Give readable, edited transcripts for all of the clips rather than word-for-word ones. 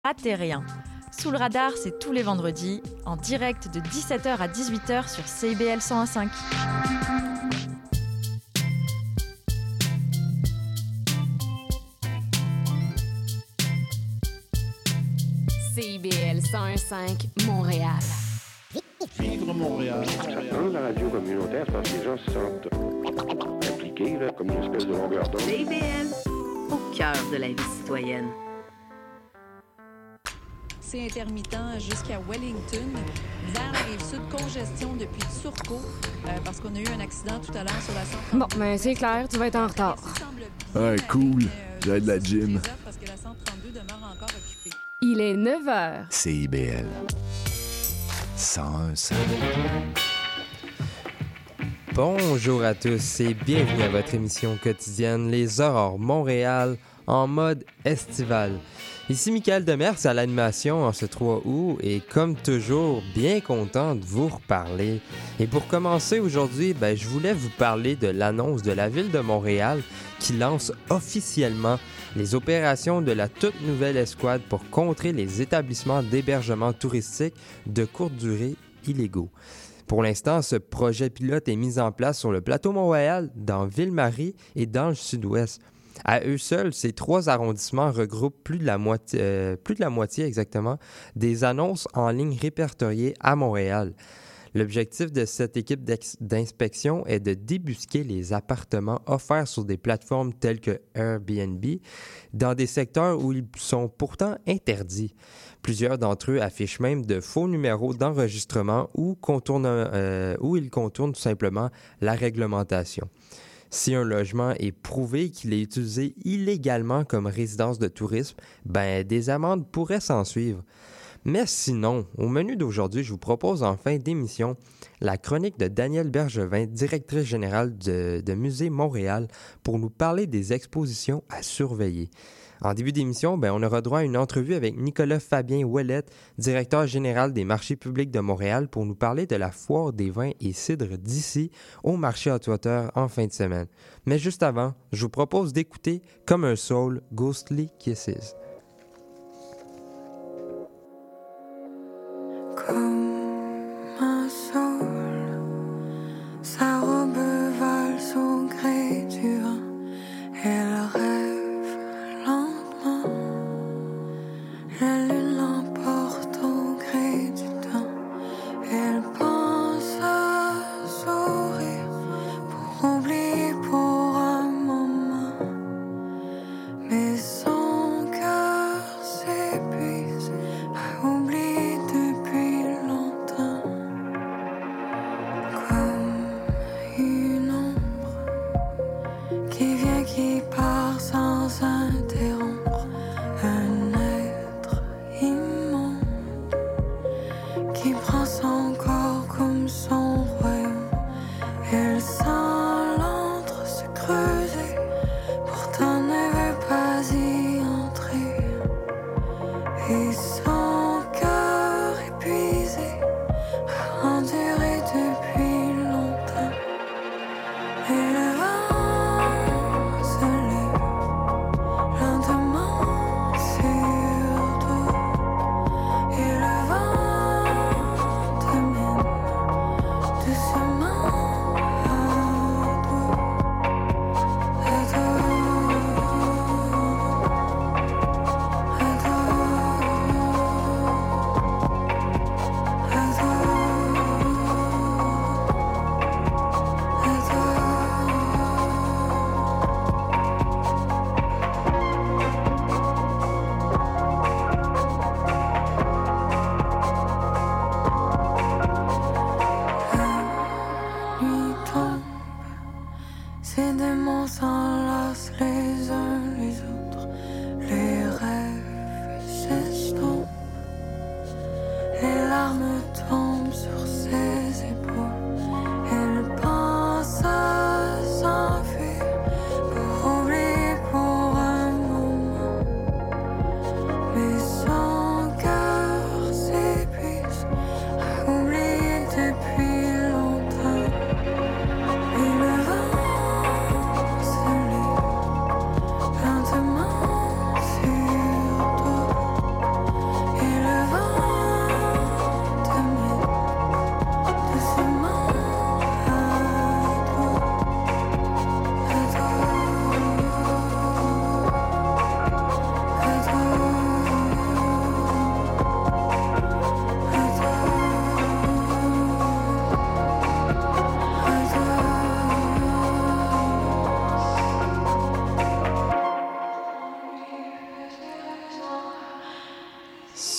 Ratez rien. Sous le radar, c'est tous les vendredis, en direct de 17h à 18h sur CIBL 101.5. CIBL 101.5 Montréal. Vivre Montréal. La radio communautaire, c'est parce que les gens se sentent impliqués, là, comme une espèce de longueur d'onde. CIBL, au cœur de la vie citoyenne. C'est intermittent jusqu'à Wellington. Vers la Rive-Sud, congestion depuis Turcot, parce qu'on a eu un accident tout à l'heure sur la 132. Bon, ben c'est clair, tu vas être en retard. Ouais, cool. J'ai de la gym. Parce que la 132 demeure encore occupée. Il est 9h. CIBL 101.5. Bonjour à tous et bienvenue à votre émission quotidienne Les Aurores Montréal en mode estival. Ici Michael Demers à l'animation en ce 3 août et comme toujours, bien content de vous reparler. Et pour commencer aujourd'hui, je voulais vous parler de l'annonce de la Ville de Montréal qui lance officiellement les opérations de la toute nouvelle escouade pour contrer les établissements d'hébergement touristique de courte durée illégaux. Pour l'instant, ce projet pilote est mis en place sur le plateau Mont-Royal, dans Ville-Marie et dans le sud-ouest. À eux seuls, ces 3 arrondissements regroupent plus de la moitié exactement, des annonces en ligne répertoriées à Montréal. L'objectif de cette équipe d'inspection est de débusquer les appartements offerts sur des plateformes telles que Airbnb dans des secteurs où ils sont pourtant interdits. Plusieurs d'entre eux affichent même de faux numéros d'enregistrement où ils contournent tout simplement la réglementation. Si un logement est prouvé qu'il est utilisé illégalement comme résidence de tourisme, des amendes pourraient s'en suivre. Mais sinon, au menu d'aujourd'hui, je vous propose en fin d'émission la chronique de Danielle Bergevin, directrice générale de Musée Montréal, pour nous parler des expositions à surveiller. En début d'émission, on aura droit à une entrevue avec Nicolas Fabien Ouellette, directeur général des marchés publics de Montréal, pour nous parler de la foire des vins et cidres d'ici au marché Hot-Water en fin de semaine. Mais juste avant, je vous propose d'écouter Comme un Soul, Ghostly Kisses. Comme un saule, sa robe valse au gré du vent. Elle rêve lentement, la lune l'emporte au gré du temps. Elle pense à sourire pour oublier pour un moment, mais son cœur s'épuise à oublier depuis longtemps. Comme une ombre qui vient, qui part sans interrompre, un être immonde qui prend son corps comme son royaume. Elle sent l'antre se creuser, pourtant ne veut pas y entrer. Et son cœur épuisé a enduré depuis longtemps. Et le vent se lève lentement sur toi. Et le vent te mène doucement à toi, à toi, à toi, à toi, à toi. La nuit tombe, ces démons s'enlacent les uns les autres, les rêves s'estompent, les larmes tombent sur ses épaules. Elle pense à s'enfuir pour oublier pour un moment, mais son cœur s'épuise à oublier depuis longtemps. Et le vent se lève lentement sur toi.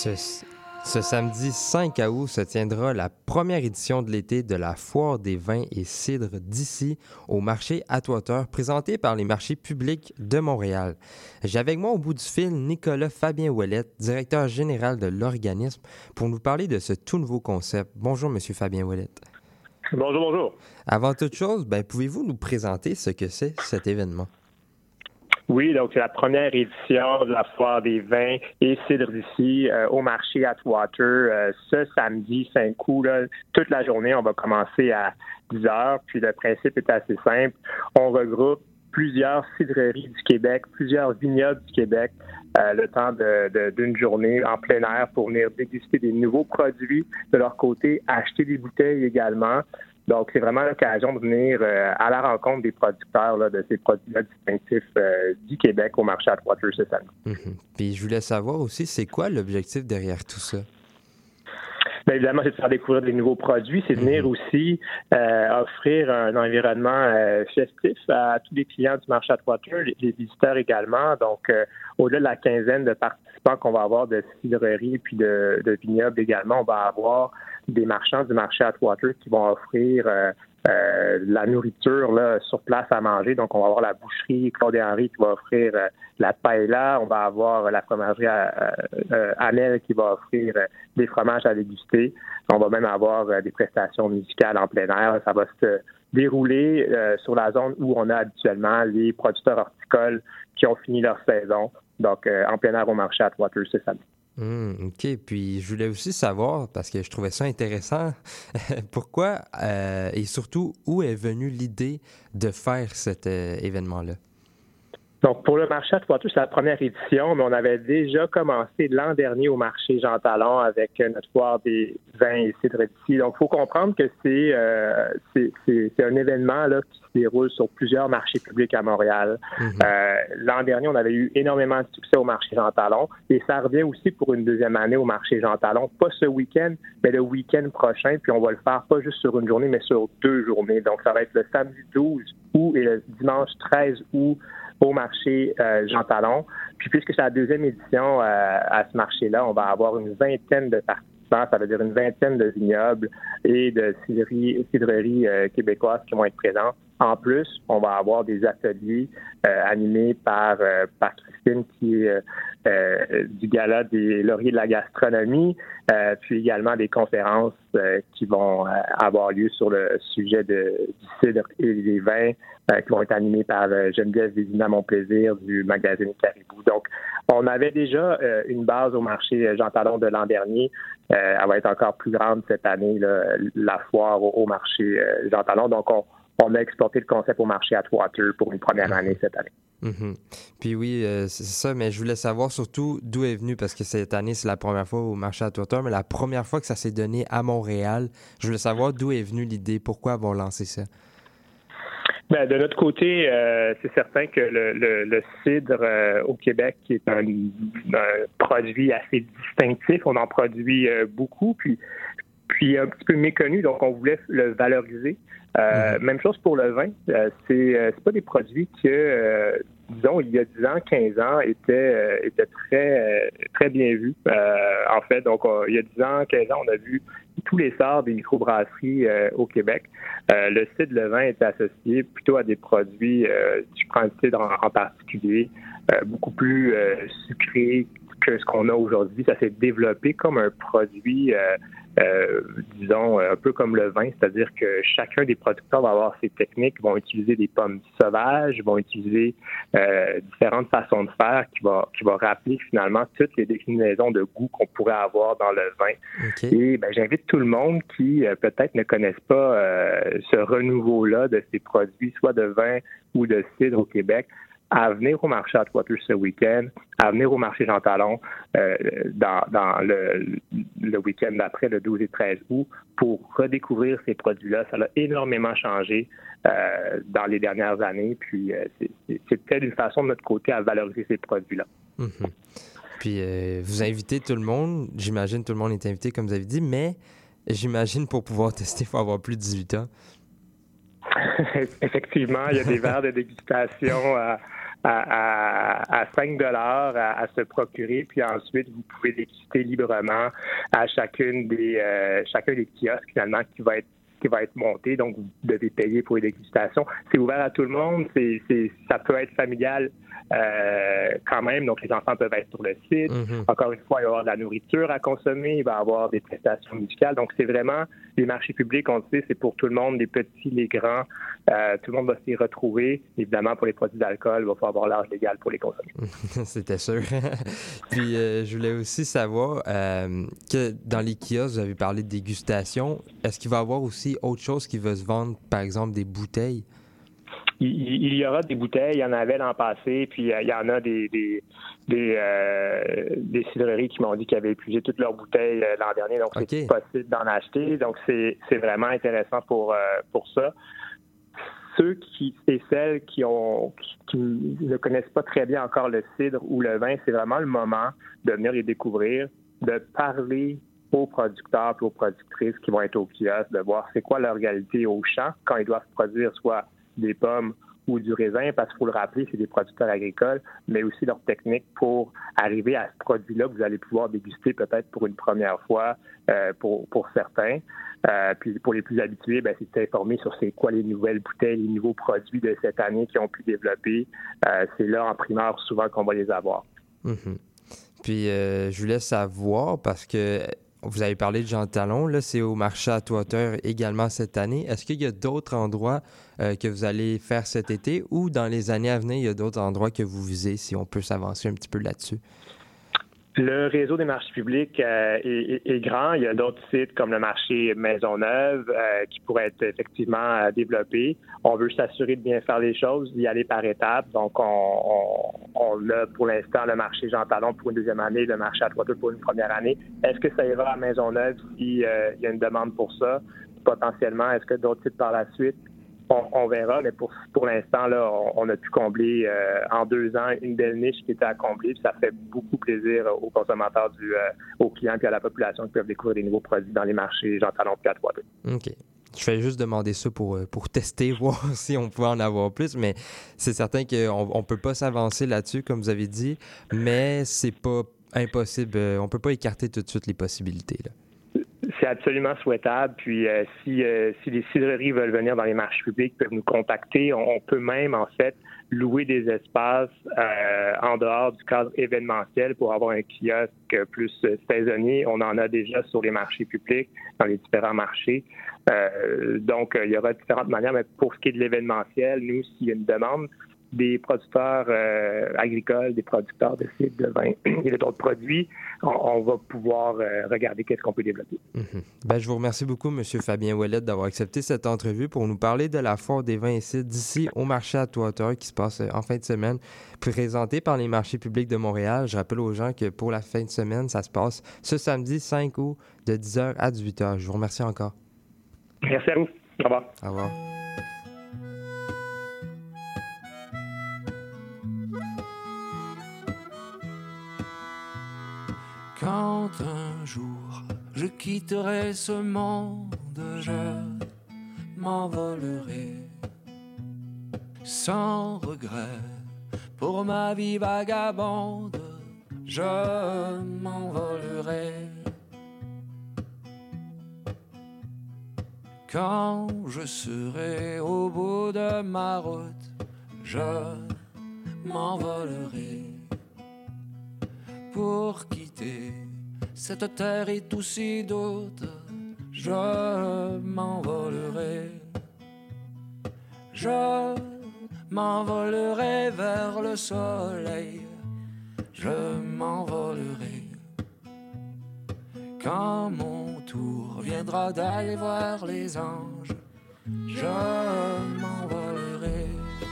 Ce samedi 5 août se tiendra la première édition de l'été de la Foire des vins et cidres d'ici au marché Atwater, présenté par les marchés publics de Montréal. J'ai avec moi au bout du fil Nicolas Fabien Ouellette, directeur général de l'organisme, pour nous parler de ce tout nouveau concept. Bonjour, M. Fabien Ouellette. Bonjour. Avant toute chose, pouvez-vous nous présenter ce que c'est cet événement? Oui, donc c'est la première édition de la Foire des vins et cidres d'ici au marché Atwater ce samedi 5 août. Là, toute la journée, on va commencer à 10 heures. Puis le principe est assez simple. On regroupe plusieurs cidreries du Québec, plusieurs vignobles du Québec, le temps d'une journée en plein air pour venir déguster des nouveaux produits de leur côté, acheter des bouteilles également. Donc, c'est vraiment l'occasion de venir à la rencontre des producteurs là, de ces produits-là distinctifs du Québec au marché Atwater ce samedi. Mm-hmm. Puis, je voulais savoir aussi, c'est quoi l'objectif derrière tout ça? Bien évidemment, c'est de faire découvrir des nouveaux produits. C'est de venir aussi offrir un environnement festif à tous les clients du marché Atwater, les visiteurs également. Donc, au-delà de la quinzaine de participants qu'on va avoir de cidreries et puis de vignobles également, on va avoir des marchands du marché Atwater qui vont offrir la nourriture là, sur place à manger. Donc, on va avoir la boucherie Claude et Henry qui va offrir la paella. On va avoir la fromagerie Amel qui va offrir des fromages à déguster. On va même avoir des prestations musicales en plein air. Ça va se dérouler sur la zone où on a habituellement les producteurs horticoles qui ont fini leur saison. Donc, en plein air au marché Atwater ce samedi. OK. Puis, je voulais aussi savoir, parce que je trouvais ça intéressant, pourquoi et surtout, où est venue l'idée de faire cet événement-là? Donc, pour le marché Atwater, c'est la première édition, mais on avait déjà commencé l'an dernier au marché Jean Talon avec notre foire des vins et cidres d'ici. Donc, il faut comprendre que c'est un événement là, qui se déroule sur plusieurs marchés publics à Montréal. Mm-hmm. L'an dernier, on avait eu énormément de succès au marché Jean Talon et ça revient aussi pour une deuxième année au marché Jean Talon. Pas ce week-end, mais le week-end prochain. Puis, on va le faire pas juste sur une journée, mais sur 2 journées. Donc, ça va être le samedi 12 août et le dimanche 13 août au marché Jean Talon. Puis puisque c'est la deuxième édition à ce marché-là, on va avoir une vingtaine de participants, ça veut dire une vingtaine de vignobles et de cidreries québécoises qui vont être présentes. En plus, on va avoir des ateliers animés par Christine qui est du gala des lauriers de la gastronomie, puis également des conférences qui vont avoir lieu sur le sujet du cidre et des vins qui vont être animés par Geneviève Vézina-Monplaisir du magazine Caribou. Donc, on avait déjà une base au marché Jean Talon de l'an dernier. Elle va être encore plus grande cette année, là, la foire au marché Jean Talon. Donc, on a exporté le concept au marché Atwater pour une première année cette année. Mm-hmm. Puis oui, c'est ça, mais je voulais savoir surtout d'où est venu, parce que cette année, c'est la première fois au marché Atwater, mais la première fois que ça s'est donné à Montréal, je voulais savoir d'où est venue l'idée, pourquoi avoir lancé ça? Bien, de notre côté, c'est certain que le cidre au Québec qui est un produit assez distinctif, on en produit beaucoup, puis un petit peu méconnu, donc on voulait le valoriser. Même chose pour le vin. C'est pas des produits que, disons, il y a 10 ans, 15 ans, étaient très, très bien vus. En fait, donc, il y a 10 ans, 15 ans, on a vu tous les sorts des microbrasseries au Québec. Le cidre, le vin était associé plutôt à des produits, si je prends le cidre en particulier, beaucoup plus sucrés que ce qu'on a aujourd'hui. Ça s'est développé comme un produit disons, un peu comme le vin, c'est-à-dire que chacun des producteurs va avoir ses techniques, vont utiliser des pommes sauvages, vont utiliser différentes façons de faire qui va rappeler finalement toutes les déclinaisons de goût qu'on pourrait avoir dans le vin. Okay. Et j'invite tout le monde qui peut-être ne connaissent pas ce renouveau-là de ces produits, soit de vin ou de cidre au Québec, à venir au marché Atwater ce week-end, à venir au marché Jean Talon dans le week-end d'après, le 12 et 13 août, pour redécouvrir ces produits-là. Ça a énormément changé dans les dernières années, puis c'est peut-être une façon de notre côté à valoriser ces produits-là. Mm-hmm. Puis vous invitez tout le monde, j'imagine tout le monde est invité, comme vous avez dit, mais j'imagine pour pouvoir tester, il faut avoir plus de 18 ans. Effectivement, il y a des verres de dégustation à 5 $ à se procurer, puis ensuite, vous pouvez déguster librement à chacun des kiosques, finalement, qui va être monté, donc vous devez payer pour les dégustations. C'est ouvert à tout le monde, ça peut être familial quand même, donc les enfants peuvent être sur le site. Encore une fois, il va y avoir de la nourriture à consommer, il va y avoir des prestations musicales, donc c'est vraiment, les marchés publics, on le sait, c'est pour tout le monde, les petits, les grands, tout le monde va s'y retrouver. Évidemment, pour les produits d'alcool, il va falloir avoir l'âge légal pour les consommer. C'était sûr. Puis, je voulais aussi savoir que dans les kiosques, vous avez parlé de dégustation. Est-ce qu'il va y avoir aussi autre chose qui va se vendre, par exemple, des bouteilles? Il y aura des bouteilles, il y en avait l'an passé, puis il y en a des cidreries qui m'ont dit qu'ils avaient épuisé toutes leurs bouteilles l'an dernier, donc c'est possible d'en acheter. Donc c'est vraiment intéressant pour ça. Ceux et celles qui ne connaissent pas très bien encore le cidre ou le vin, c'est vraiment le moment de venir les découvrir, de parler aux producteurs et aux productrices qui vont être au kiosque, de voir c'est quoi leur réalité au champ quand ils doivent produire soit des pommes ou du raisin, parce qu'il faut le rappeler, c'est des producteurs agricoles, mais aussi leur technique pour arriver à ce produit-là que vous allez pouvoir déguster peut-être pour une première fois pour certains. Puis pour les plus habitués, c'est d'informer sur c'est quoi les nouvelles bouteilles, les nouveaux produits de cette année qui ont pu développer. C'est là, en primeur, souvent qu'on va les avoir. Puis je voulais savoir, parce que vous avez parlé de Jean Talon, là, c'est au marché à Atwater également cette année. Est-ce qu'il y a d'autres endroits que vous allez faire cet été ou dans les années à venir, il y a d'autres endroits que vous visez, si on peut s'avancer un petit peu là-dessus? Le réseau des marchés publics est grand. Il y a d'autres sites comme le marché Maisonneuve qui pourraient être effectivement développés. On veut s'assurer de bien faire les choses, d'y aller par étapes. Donc, on a pour l'instant le marché Jean Talon pour une deuxième année, le marché Atwater pour une première année. Est-ce que ça ira à Maisonneuve s'il y a une demande pour ça? Potentiellement, est-ce que d'autres sites par la suite? On verra, mais pour l'instant, là, on a pu combler en 2 ans une belle niche qui était à combler. Puis ça fait beaucoup plaisir aux consommateurs, aux clients et à la population qui peuvent découvrir des nouveaux produits dans les marchés Jean Talon et Atwater. OK. Je fais juste demander ça pour tester, voir si on pouvait en avoir plus, mais c'est certain qu'on ne peut pas s'avancer là-dessus, comme vous avez dit, mais c'est pas impossible. On ne peut pas écarter tout de suite les possibilités, là. C'est absolument souhaitable. Puis si les cidreries veulent venir dans les marchés publics, ils peuvent nous contacter. On peut même, en fait, louer des espaces en dehors du cadre événementiel pour avoir un kiosque plus saisonnier. On en a déjà sur les marchés publics, dans les différents marchés. Donc, il y aura différentes manières. Mais pour ce qui est de l'événementiel, nous, s'il y a une demande, des producteurs agricoles, des producteurs de cidre, de vin et d'autres produits, on va pouvoir regarder qu'est-ce qu'on peut développer. Je vous remercie beaucoup, M. Fabien Ouellette, d'avoir accepté cette entrevue pour nous parler de la foire des vins et cidres d'ici au marché Atwater qui se passe en fin de semaine, présenté par les marchés publics de Montréal. Je rappelle aux gens que pour la fin de semaine, ça se passe ce samedi 5 août de 10h à 18h. Je vous remercie encore. Merci à vous. Au revoir. Au revoir. Quand un jour je quitterai ce monde, je m'envolerai sans regret pour ma vie vagabonde, je m'envolerai. Quand je serai au bout de ma route, je m'envolerai pour quitter cette terre et tous ses doutes, je m'envolerai. Je m'envolerai vers le soleil, je m'envolerai. Quand mon tour viendra d'aller voir les anges, je m'envolerai.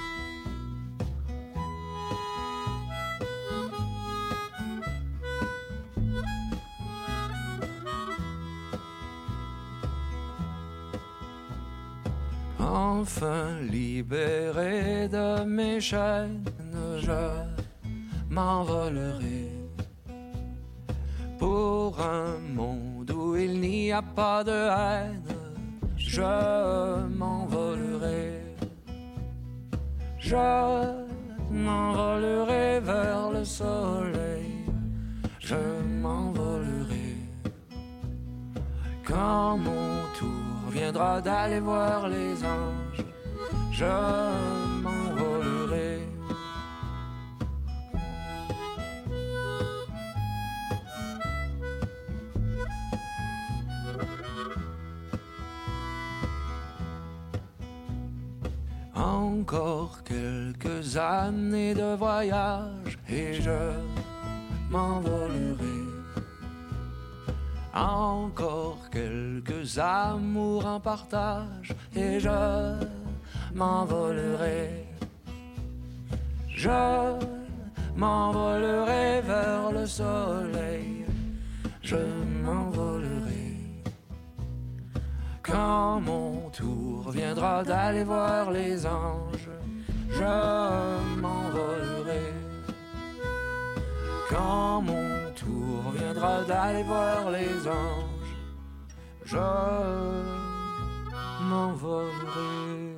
Enfin libéré de mes chaînes, je m'envolerai pour un monde où il n'y a pas de haine, je m'envolerai. Je m'envolerai vers le soleil, je m'envolerai. Quand mon tour viendra d'aller voir les anges, je m'envolerai. Encore quelques années de voyage et je m'envolerai. Encore quelques amours en partage et je m'envolerai. Je m'envolerai vers le soleil, je m'envolerai. Quand mon tour viendra d'aller voir les anges, je m'envolerai. Quand mon tour viendra d'aller voir les anges, je m'envolerai.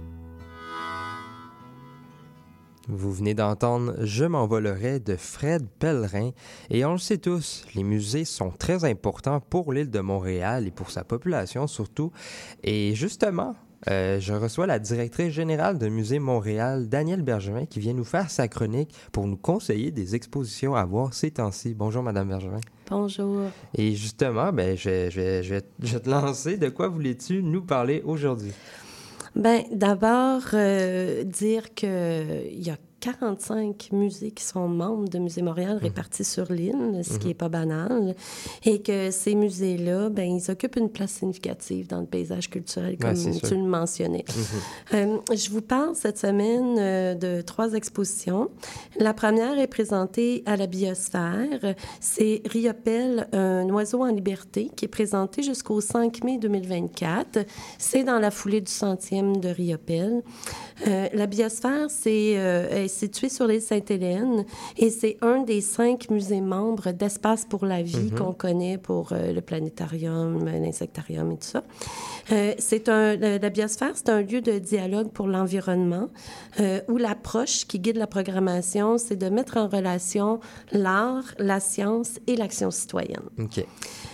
Vous venez d'entendre « Je m'envolerai » de Fred Pellerin. Et on le sait tous, les musées sont très importants pour l'île de Montréal et pour sa population surtout. Et justement, je reçois la directrice générale de Musée Montréal, Danielle Bergevin, qui vient nous faire sa chronique pour nous conseiller des expositions à voir ces temps-ci. Bonjour, Madame Bergevin. Bonjour. Et justement, je vais te lancer. De quoi voulais-tu nous parler aujourd'hui? Bien, d'abord, dire qu'il y a 45 musées qui sont membres de Musée Montréal répartis sur l'île, ce qui n'est pas banal, et que ces musées-là, bien, ils occupent une place significative dans le paysage culturel, comme tu le mentionnais. Je vous parle cette semaine de 3 expositions. La première est présentée à la Biosphère. C'est Riopelle, un oiseau en liberté, qui est présenté jusqu'au 5 mai 2024. C'est dans la foulée du 100e de Riopelle. La Biosphère, est située sur l'île Sainte-Hélène et c'est un des 5 musées membres d'Espace pour la vie qu'on connaît pour le planétarium, l'insectarium et tout ça. La Biosphère, c'est un lieu de dialogue pour l'environnement où l'approche qui guide la programmation, c'est de mettre en relation l'art, la science et l'action citoyenne. OK.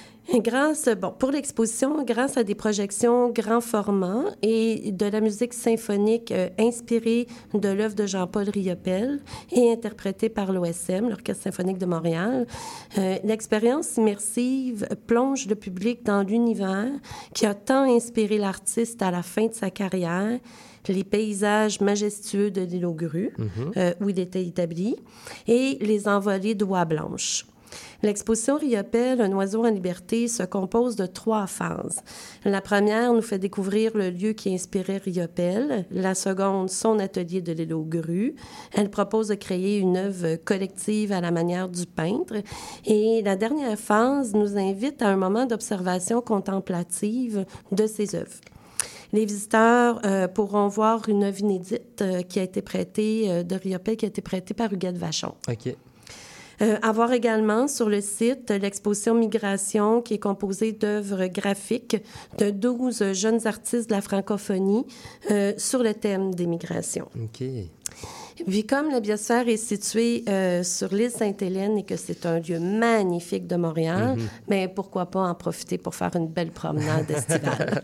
Pour l'exposition, grâce à des projections grand format et de la musique symphonique inspirée de l'œuvre de Jean-Paul Riopelle et interprétée par l'OSM, l'Orchestre symphonique de Montréal, l'expérience immersive plonge le public dans l'univers qui a tant inspiré l'artiste à la fin de sa carrière, les paysages majestueux de l'île aux Grues, où il était établi, et les envolées d'oies blanches. L'exposition Riopelle, un oiseau en liberté, se compose de 3 phases. La première nous fait découvrir le lieu qui inspirait Riopelle. La seconde, son atelier de l'île aux Grues. Elle propose de créer une œuvre collective à la manière du peintre. Et la dernière phase nous invite à un moment d'observation contemplative de ses œuvres. Les visiteurs pourront voir une œuvre inédite qui a été prêtée de Riopelle, qui a été prêtée par Huguette Vachon. OK. À voir également sur le site l'exposition Migration, qui est composée d'œuvres graphiques de 12 jeunes artistes de la francophonie sur le thème des migrations. OK. Puis comme la Biosphère est située sur l'île Sainte-Hélène et que c'est un lieu magnifique de Montréal, mais pourquoi pas en profiter pour faire une belle promenade estivale.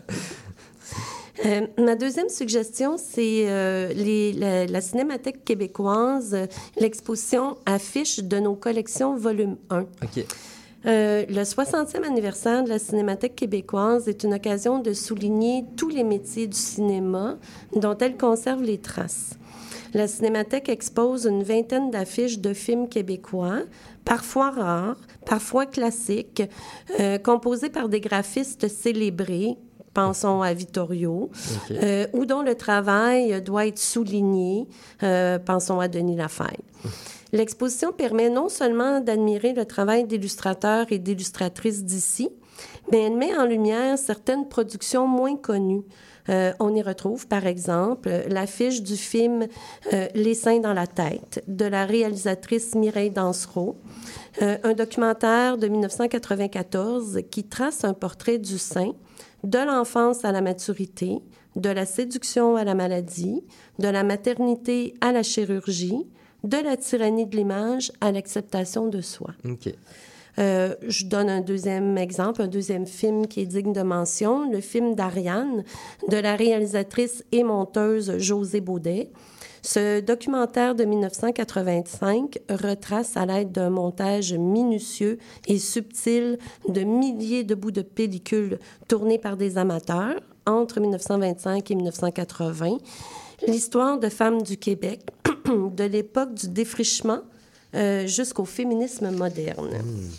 Ma deuxième suggestion, c'est la Cinémathèque québécoise, l'exposition Affiches de nos collections, volume 1. OK. Le 60e anniversaire de la Cinémathèque québécoise est une occasion de souligner tous les métiers du cinéma dont elle conserve les traces. La Cinémathèque expose une vingtaine d'affiches de films québécois, parfois rares, parfois classiques, composés par des graphistes célébrés. Pensons à Vittorio, ou dont le travail doit être souligné. Pensons à Denis Lafayette. L'exposition permet non seulement d'admirer le travail d'illustrateurs et d'illustratrices d'ici, mais elle met en lumière certaines productions moins connues. On y retrouve, par exemple, l'affiche du film « Les seins dans la tête » de la réalisatrice Mireille Dansereau, un documentaire de 1994 qui trace un portrait du sein, de l'enfance à la maturité, de la séduction à la maladie, de la maternité à la chirurgie, de la tyrannie de l'image à l'acceptation de soi. OK. Je donne un deuxième exemple, un deuxième film qui est digne de mention, le film d'Ariane, de la réalisatrice et monteuse Josée Baudet. Ce documentaire de 1985 retrace à l'aide d'un montage minutieux et subtil de milliers de bouts de pellicule tournés par des amateurs entre 1925 et 1980 l'histoire de femmes du Québec de l'époque du défrichement jusqu'au féminisme moderne.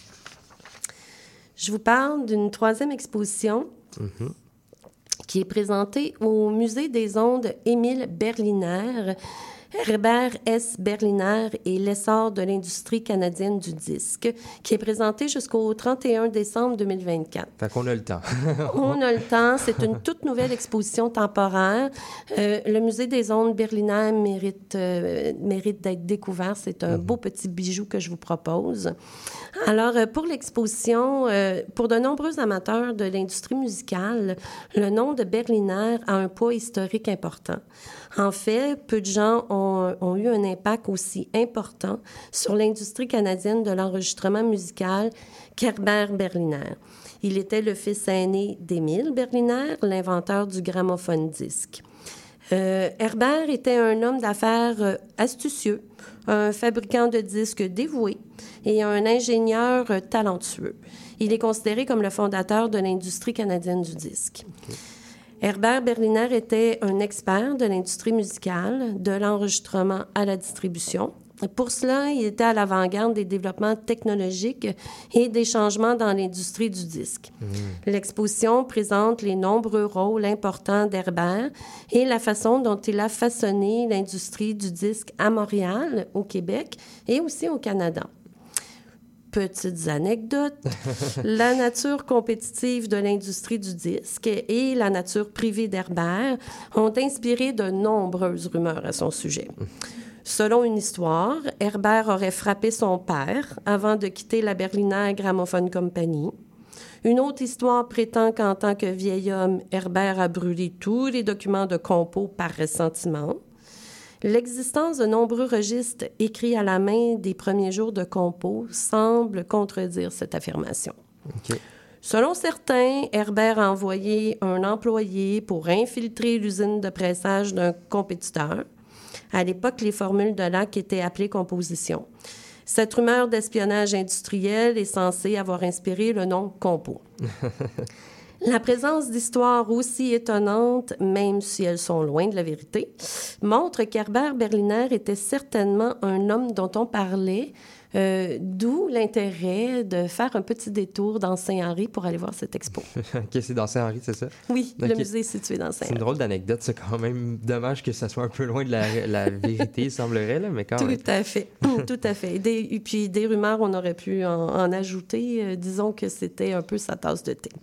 Je vous parle d'une troisième exposition qui est présentée au Musée des ondes Émile Berliner, Herbert S. Berliner et l'essor de l'industrie canadienne du disque, qui est présentée jusqu'au 31 décembre 2024. Fait qu'on a le temps. On a le temps. C'est une toute nouvelle exposition temporaire. Le Musée des ondes Berliner mérite d'être découvert. C'est un beau petit bijou que je vous propose. Alors, pour l'exposition, pour de nombreux amateurs de l'industrie musicale, le nom de Berliner a un poids historique important. En fait, peu de gens ont eu un impact aussi important sur l'industrie canadienne de l'enregistrement musical qu'Herbert Berliner. Il était le fils aîné d'Émile Berliner, l'inventeur du gramophone disque. Herbert était un homme d'affaires astucieux, un fabricant de disques dévoué et un ingénieur talentueux. Il est considéré comme le fondateur de l'industrie canadienne du disque. Herbert Berliner était un expert de l'industrie musicale, de l'enregistrement à la distribution. Pour cela, il était à l'avant-garde des développements technologiques et des changements dans l'industrie du disque. L'exposition présente les nombreux rôles importants d'Herbert et la façon dont il a façonné l'industrie du disque à Montréal, au Québec et aussi au Canada. Petites anecdotes. La nature compétitive de l'industrie du disque et la nature privée d'Herbert ont inspiré de nombreuses rumeurs à son sujet. Selon une histoire, Herbert aurait frappé son père avant de quitter la Berliner Gramophone Company. Une autre histoire prétend qu'en tant que vieil homme, Herbert a brûlé tous les documents de compos par ressentiment. L'existence de nombreux registres écrits à la main des premiers jours de compos semble contredire cette affirmation. OK. Selon certains, Herbert a envoyé un employé pour infiltrer l'usine de pressage d'un compétiteur. À l'époque, les formules de l'acte étaient appelées composition. Cette rumeur d'espionnage industriel est censée avoir inspiré le nom compo. La présence d'histoires aussi étonnantes, même si elles sont loin de la vérité, montre qu'Herbert Berliner était certainement un homme dont on parlait, d'où l'intérêt de faire un petit détour dans Saint-Henri pour aller voir cette expo. OK, c'est dans Saint-Henri, c'est ça? Oui, okay. Le musée est situé dans Saint-Henri. C'est une drôle d'anecdote, c'est quand même dommage que ça soit un peu loin de la vérité, semblerait, là, mais quand même. Tout à fait, tout à fait. Et puis des rumeurs, on aurait pu en ajouter. Disons que c'était un peu sa tasse de thé.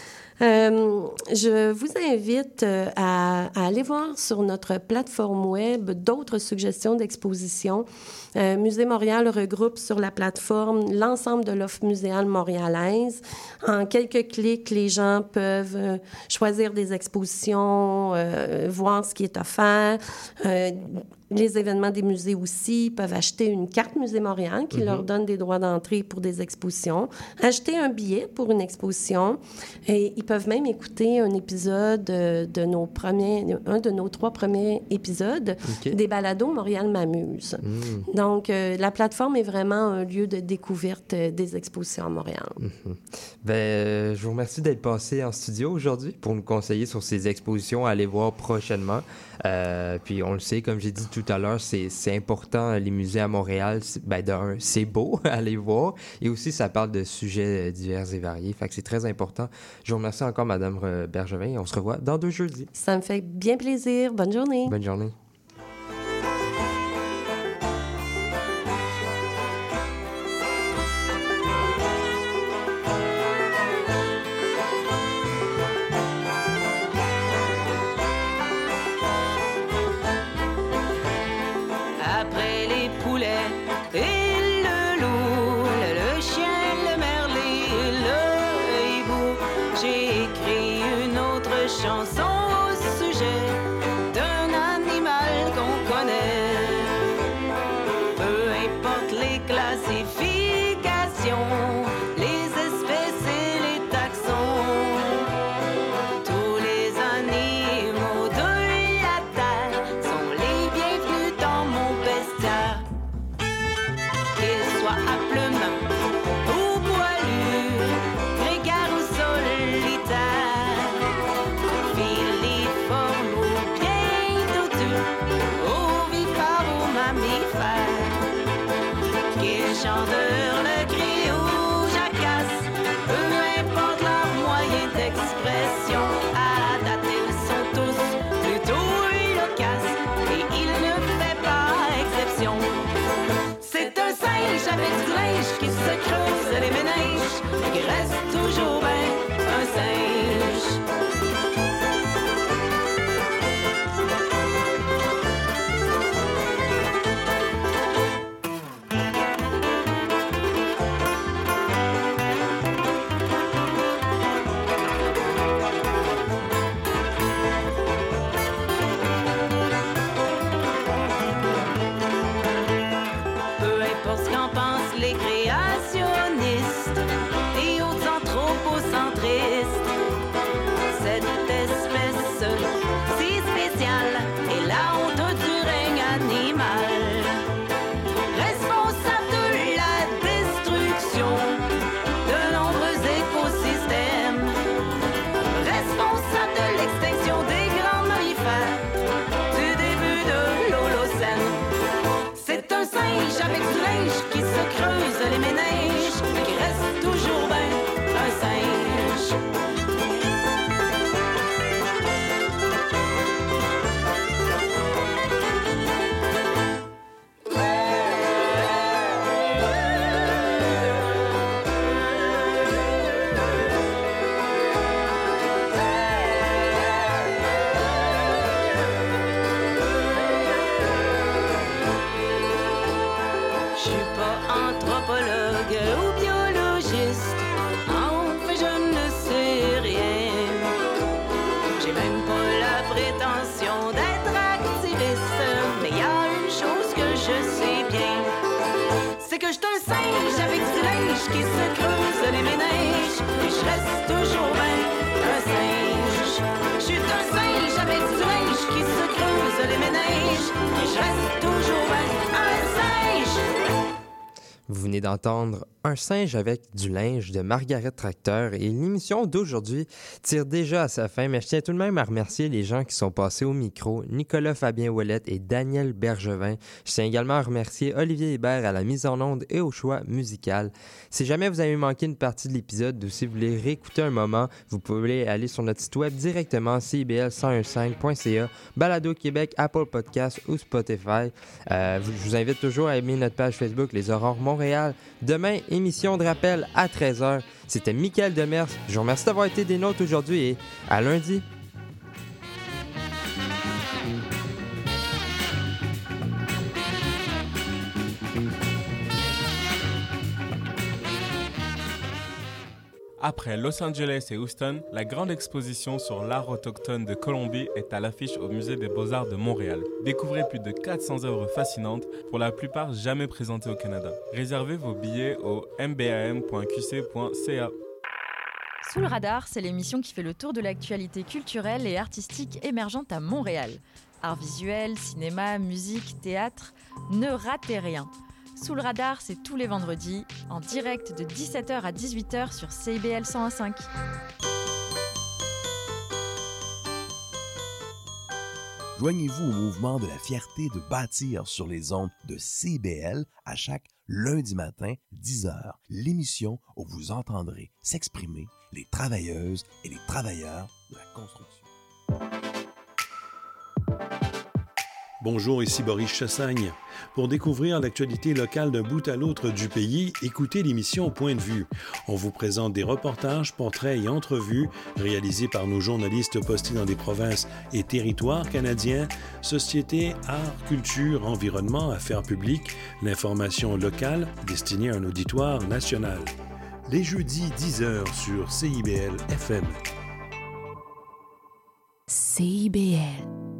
Je vous invite à aller voir sur notre plateforme web d'autres suggestions d'expositions. Musée Montréal regroupe sur la plateforme l'ensemble de l'offre muséale montréalaise. En quelques clics, les gens peuvent choisir des expositions, voir ce qui est offert. Les événements des musées aussi peuvent acheter une carte Musée Montréal qui leur donne des droits d'entrée pour des expositions, acheter un billet pour une exposition et ils peuvent même écouter un épisode un de nos 3 premiers épisodes des balados Montréal m'amuse. Donc, la plateforme est vraiment un lieu de découverte des expositions à Montréal. Je vous remercie d'être passé en studio aujourd'hui pour nous conseiller sur ces expositions à aller voir prochainement. Puis on le sait, comme j'ai dit tout à l'heure, c'est important, les musées à Montréal. C'est beau à aller voir. Et aussi, ça parle de sujets divers et variés. Fait que c'est très important. Je vous remercie encore, Mme Bergevin. On se revoit dans 2 jeudis. Ça me fait bien plaisir. Bonne journée. Bonne journée. Chanson au sujet d'un animal Vous venez d'entendre Un singe avec du linge de Margaret Tracteur et l'émission d'aujourd'hui tire déjà à sa fin, mais je tiens tout de même à remercier les gens qui sont passés au micro, Nicolas Fabien Ouellette et Daniel Bergevin. Je tiens également à remercier Olivier Hébert à la mise en onde et au choix musical. Si jamais vous avez manqué une partie de l'épisode ou si vous voulez réécouter un moment, vous pouvez aller sur notre site web directement cibl1015.ca, Balado Québec, Apple Podcasts ou Spotify. Je vous invite toujours à aimer notre page Facebook Les Aurores Montréal. Demain, émission de rappel à 13h. C'était Michael Demers. Je vous remercie d'avoir été des nôtres aujourd'hui et à lundi. Après Los Angeles et Houston, la grande exposition sur l'art autochtone de Colombie est à l'affiche au Musée des Beaux-Arts de Montréal. Découvrez plus de 400 œuvres fascinantes, pour la plupart jamais présentées au Canada. Réservez vos billets au mbam.qc.ca. Sous le radar, c'est l'émission qui fait le tour de l'actualité culturelle et artistique émergente à Montréal. Art visuel, cinéma, musique, théâtre, ne ratez rien. Sous le radar, c'est tous les vendredis, en direct de 17h à 18h sur CIBL 101.5. Joignez-vous au mouvement de la fierté de bâtir sur les ondes de CIBL à chaque lundi matin, 10h. L'émission où vous entendrez s'exprimer les travailleuses et les travailleurs de la construction. Bonjour, ici Boris Chassagne. Pour découvrir l'actualité locale d'un bout à l'autre du pays, écoutez l'émission Point de vue. On vous présente des reportages, portraits et entrevues réalisés par nos journalistes postés dans des provinces et territoires canadiens, société, art, culture, environnement, affaires publiques, l'information locale destinée à un auditoire national. Les jeudis 10h sur CIBL FM. CIBL.